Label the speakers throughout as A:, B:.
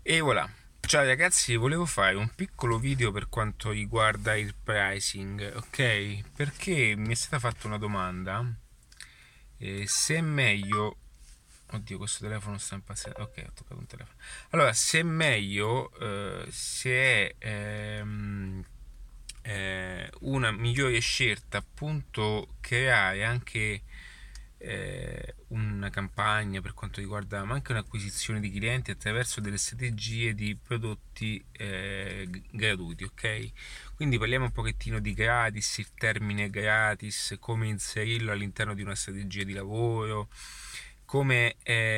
A: E voilà. Ciao ragazzi, volevo fare un piccolo video per quanto riguarda il pricing, ok? Perché mi è stata fatta una domanda, se è meglio. Oddio, questo telefono sta impazzendo. Ok, ho toccato un telefono. Allora, se è meglio, se è una migliore scelta appunto creare anche una campagna per quanto riguarda, ma anche un'acquisizione di clienti attraverso delle strategie di prodotti gratuiti, ok? Quindi parliamo un pochettino di gratis, il termine gratis, come inserirlo all'interno di una strategia di lavoro, come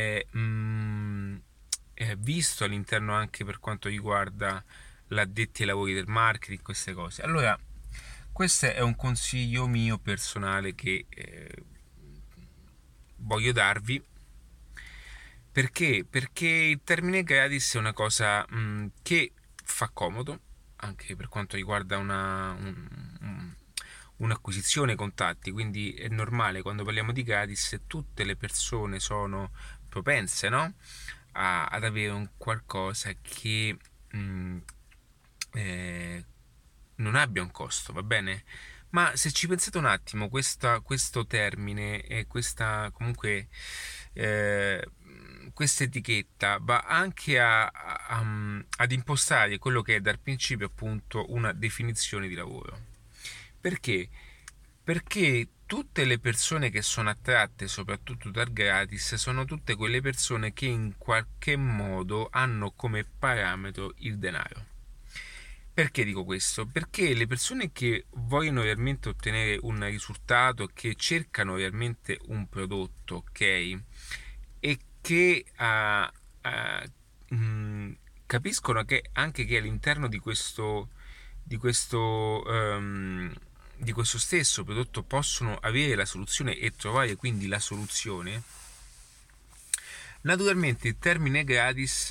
A: è visto all'interno anche per quanto riguarda l'addetti ai lavori del marketing, queste cose. Allora, questo è un consiglio mio personale che voglio darvi. Perché il termine gratis è una cosa che fa comodo, anche per quanto riguarda un'acquisizione contatti, quindi è normale quando parliamo di gratis tutte le persone sono propense, no? Ad avere un qualcosa che mh, eh, non abbia un costo, va bene? Ma se ci pensate un attimo, questo termine e questa comunque eh, questa etichetta va anche ad impostare quello che è dal principio appunto una definizione di lavoro. Perché? Perché tutte le persone che sono attratte soprattutto dal gratis sono tutte quelle persone che in qualche modo hanno come parametro il denaro. Perché dico questo? Perché le persone che vogliono realmente ottenere un risultato, che cercano realmente un prodotto, ok? E che capiscono che anche che all'interno di questo, um, di questo stesso prodotto possono avere la soluzione e trovare quindi la soluzione. Naturalmente il termine gratis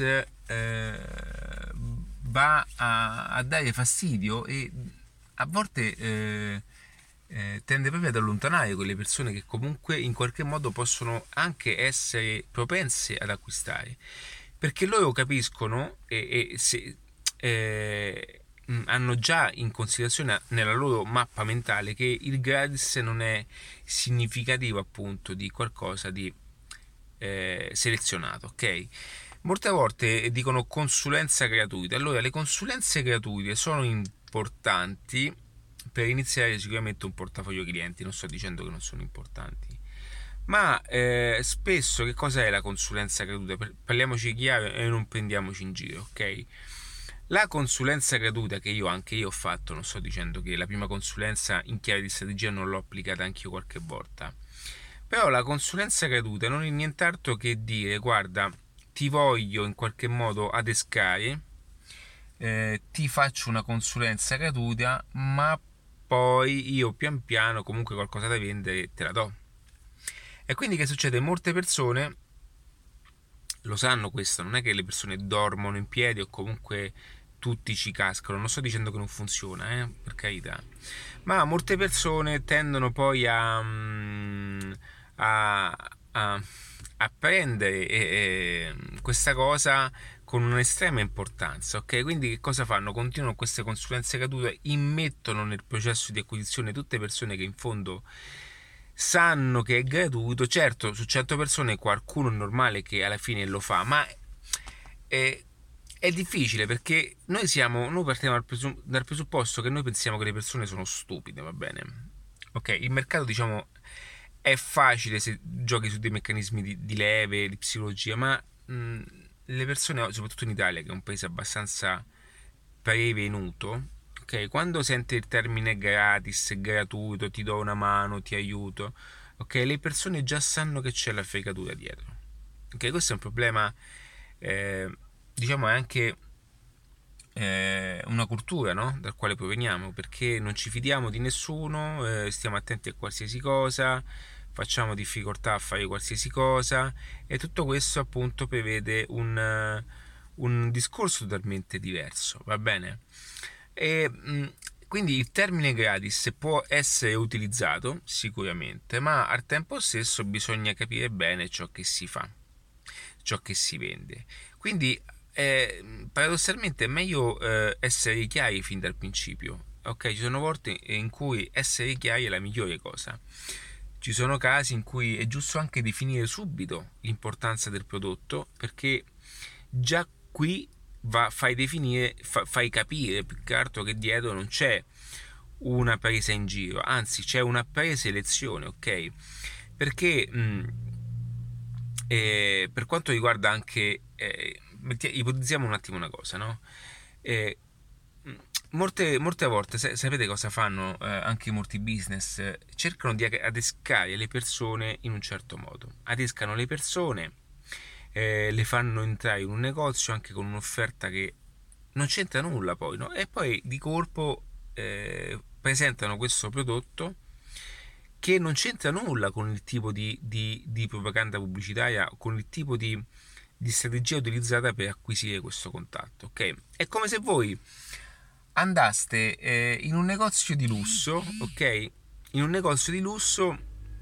A: va a dare fastidio e a volte tende proprio ad allontanare quelle persone che comunque in qualche modo possono anche essere propense ad acquistare, perché loro capiscono hanno già in considerazione nella loro mappa mentale che il gratis non è significativo appunto di qualcosa di selezionato, ok? Molte volte dicono consulenza gratuita. Allora, le consulenze gratuite sono importanti per iniziare sicuramente un portafoglio clienti. Non sto dicendo che non sono importanti, ma spesso che cosa è la consulenza gratuita? Parliamoci chiaro e non prendiamoci in giro, ok? La consulenza gratuita che anche io ho fatto, non sto dicendo che la prima consulenza in chiave di strategia non l'ho applicata anche io qualche volta, però la consulenza gratuita non è nient'altro che dire: guarda, ti voglio in qualche modo adescare, ti faccio una consulenza gratuita, ma poi io pian piano comunque qualcosa da vendere te la do. E quindi che succede? Molte persone lo sanno questo, non è che le persone dormono in piedi o comunque tutti ci cascano, non sto dicendo che non funziona, per carità, ma molte persone tendono poi a, a, a prendere questa cosa con un'estrema importanza, ok? Quindi che cosa fanno? Continuano queste consulenze gratuite, immettono nel processo di acquisizione tutte persone che in fondo sanno che è gratuito. Certo, su 100 persone qualcuno è normale che alla fine lo fa, ma è difficile perché noi partiamo dal presupposto che noi pensiamo che le persone sono stupide, va bene? Ok, il mercato diciamo è facile se giochi su dei meccanismi di leve, di psicologia, ma le persone, soprattutto in Italia, che è un paese abbastanza prevenuto, ok, quando sente il termine gratis, gratuito, ti do una mano, ti aiuto, ok, le persone già sanno che c'è la fregatura dietro. Ok, questo è un problema, eh, diciamo, è anche una cultura, no? Dal quale proveniamo, perché non ci fidiamo di nessuno, stiamo attenti a qualsiasi cosa, facciamo difficoltà a fare qualsiasi cosa, e tutto questo appunto prevede un discorso totalmente diverso, va bene? E quindi il termine gratis può essere utilizzato sicuramente, ma al tempo stesso bisogna capire bene ciò che si fa, ciò che si vende. Quindi paradossalmente è meglio essere chiari fin dal principio. Ok, ci sono volte in cui essere chiari è la migliore cosa. Ci sono casi in cui è giusto anche definire subito l'importanza del prodotto, perché già qui fai capire più che altro che dietro non c'è una presa in giro, anzi c'è una preselezione, ok? Perché per quanto riguarda anche, ipotizziamo un attimo una cosa, no? Eh, molte volte, sapete cosa fanno anche molti business? Cercano di adescare le persone in un certo modo. Adescano le persone, le fanno entrare in un negozio anche con un'offerta che non c'entra nulla poi, no? E poi di colpo presentano questo prodotto che non c'entra nulla con il tipo di propaganda pubblicitaria, con il tipo di strategia utilizzata per acquisire questo contatto, ok? È come se voi andaste in un negozio di lusso, ok? In un negozio di lusso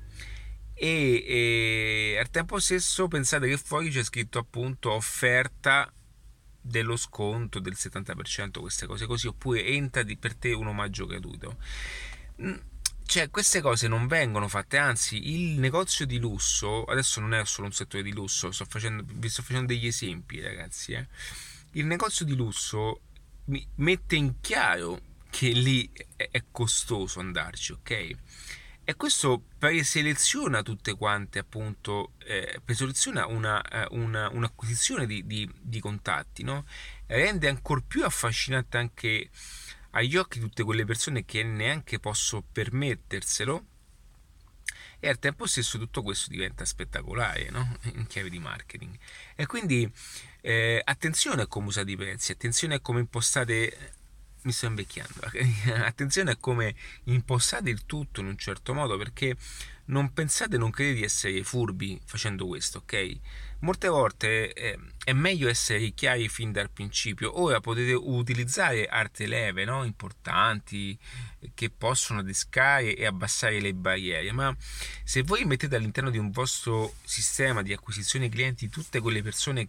A: e al tempo stesso pensate che fuori c'è scritto appunto offerta dello sconto del 70%, queste cose così, oppure entra per te un omaggio gratuito. Cioè, queste cose non vengono fatte, anzi il negozio di lusso adesso non è solo un settore di lusso, vi sto facendo degli esempi, ragazzi. Il negozio di lusso mette in chiaro che lì è costoso andarci, ok? E questo preseleziona tutte quante, appunto, preseleziona un'acquisizione di contatti, no? Rende ancora più affascinante anche agli occhi di tutte quelle persone che neanche possono permetterselo, e al tempo stesso tutto questo diventa spettacolare, no? In chiave di marketing. E quindi attenzione a come usate i prezzi, attenzione a come impostate. Mi sto invecchiando. Attenzione a come impostate il tutto in un certo modo, perché non credete di essere furbi facendo questo, ok? Molte volte è meglio essere chiari fin dal principio. Ora potete utilizzare altre leve, no? Importanti, che possono adescare e abbassare le barriere, ma se voi mettete all'interno di un vostro sistema di acquisizione clienti tutte quelle persone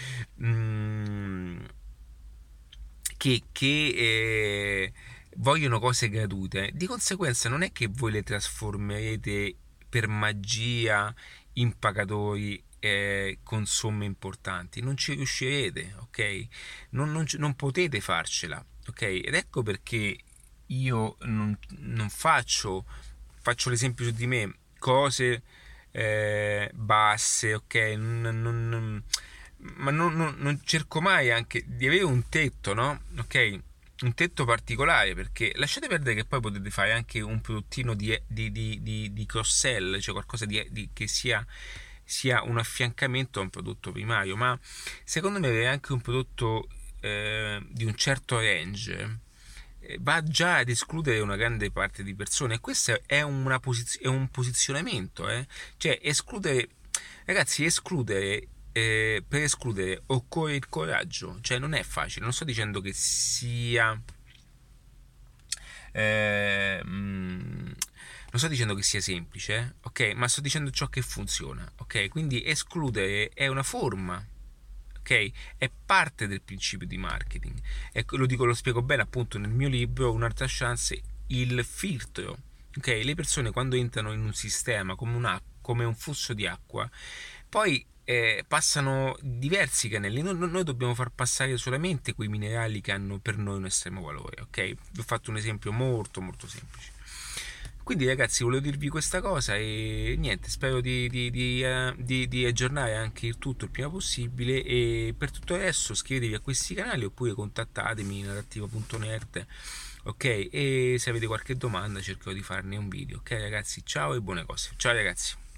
A: che vogliono cose gratuite, di conseguenza non è che voi le trasformerete per magia in pagatori con somme importanti, non ci riuscirete, ok? Non potete farcela, ok? Ed ecco perché io non faccio l'esempio su di me, cose basse, ok? Ma non cerco mai anche di avere un tetto, no? Ok? Un tetto particolare, perché lasciate perdere che poi potete fare anche un prodottino di cross-sell, cioè qualcosa che sia un affiancamento a un prodotto primario, ma secondo me avere anche un prodotto di un certo range va già ad escludere una grande parte di persone, e questo è un posizionamento, cioè escludere, ragazzi, per escludere occorre il coraggio, cioè non è facile, non sto dicendo che sia non sto dicendo che sia semplice, ok, ma sto dicendo ciò che funziona, ok? Quindi escludere è una forma, ok? È parte del principio di marketing. E lo spiego bene appunto nel mio libro Un'altra chance, il filtro, ok? Le persone quando entrano in un sistema come un flusso di acqua, poi passano diversi canali. Noi dobbiamo far passare solamente quei minerali che hanno per noi un estremo valore, ok? Vi ho fatto un esempio molto molto semplice. Quindi ragazzi, volevo dirvi questa cosa e niente, spero di aggiornare anche il tutto il prima possibile, e per tutto il resto iscrivetevi a questi canali oppure contattatemi in adattiva.net, ok? E se avete qualche domanda cercherò di farne un video, ok ragazzi? Ciao e buone cose, ciao ragazzi.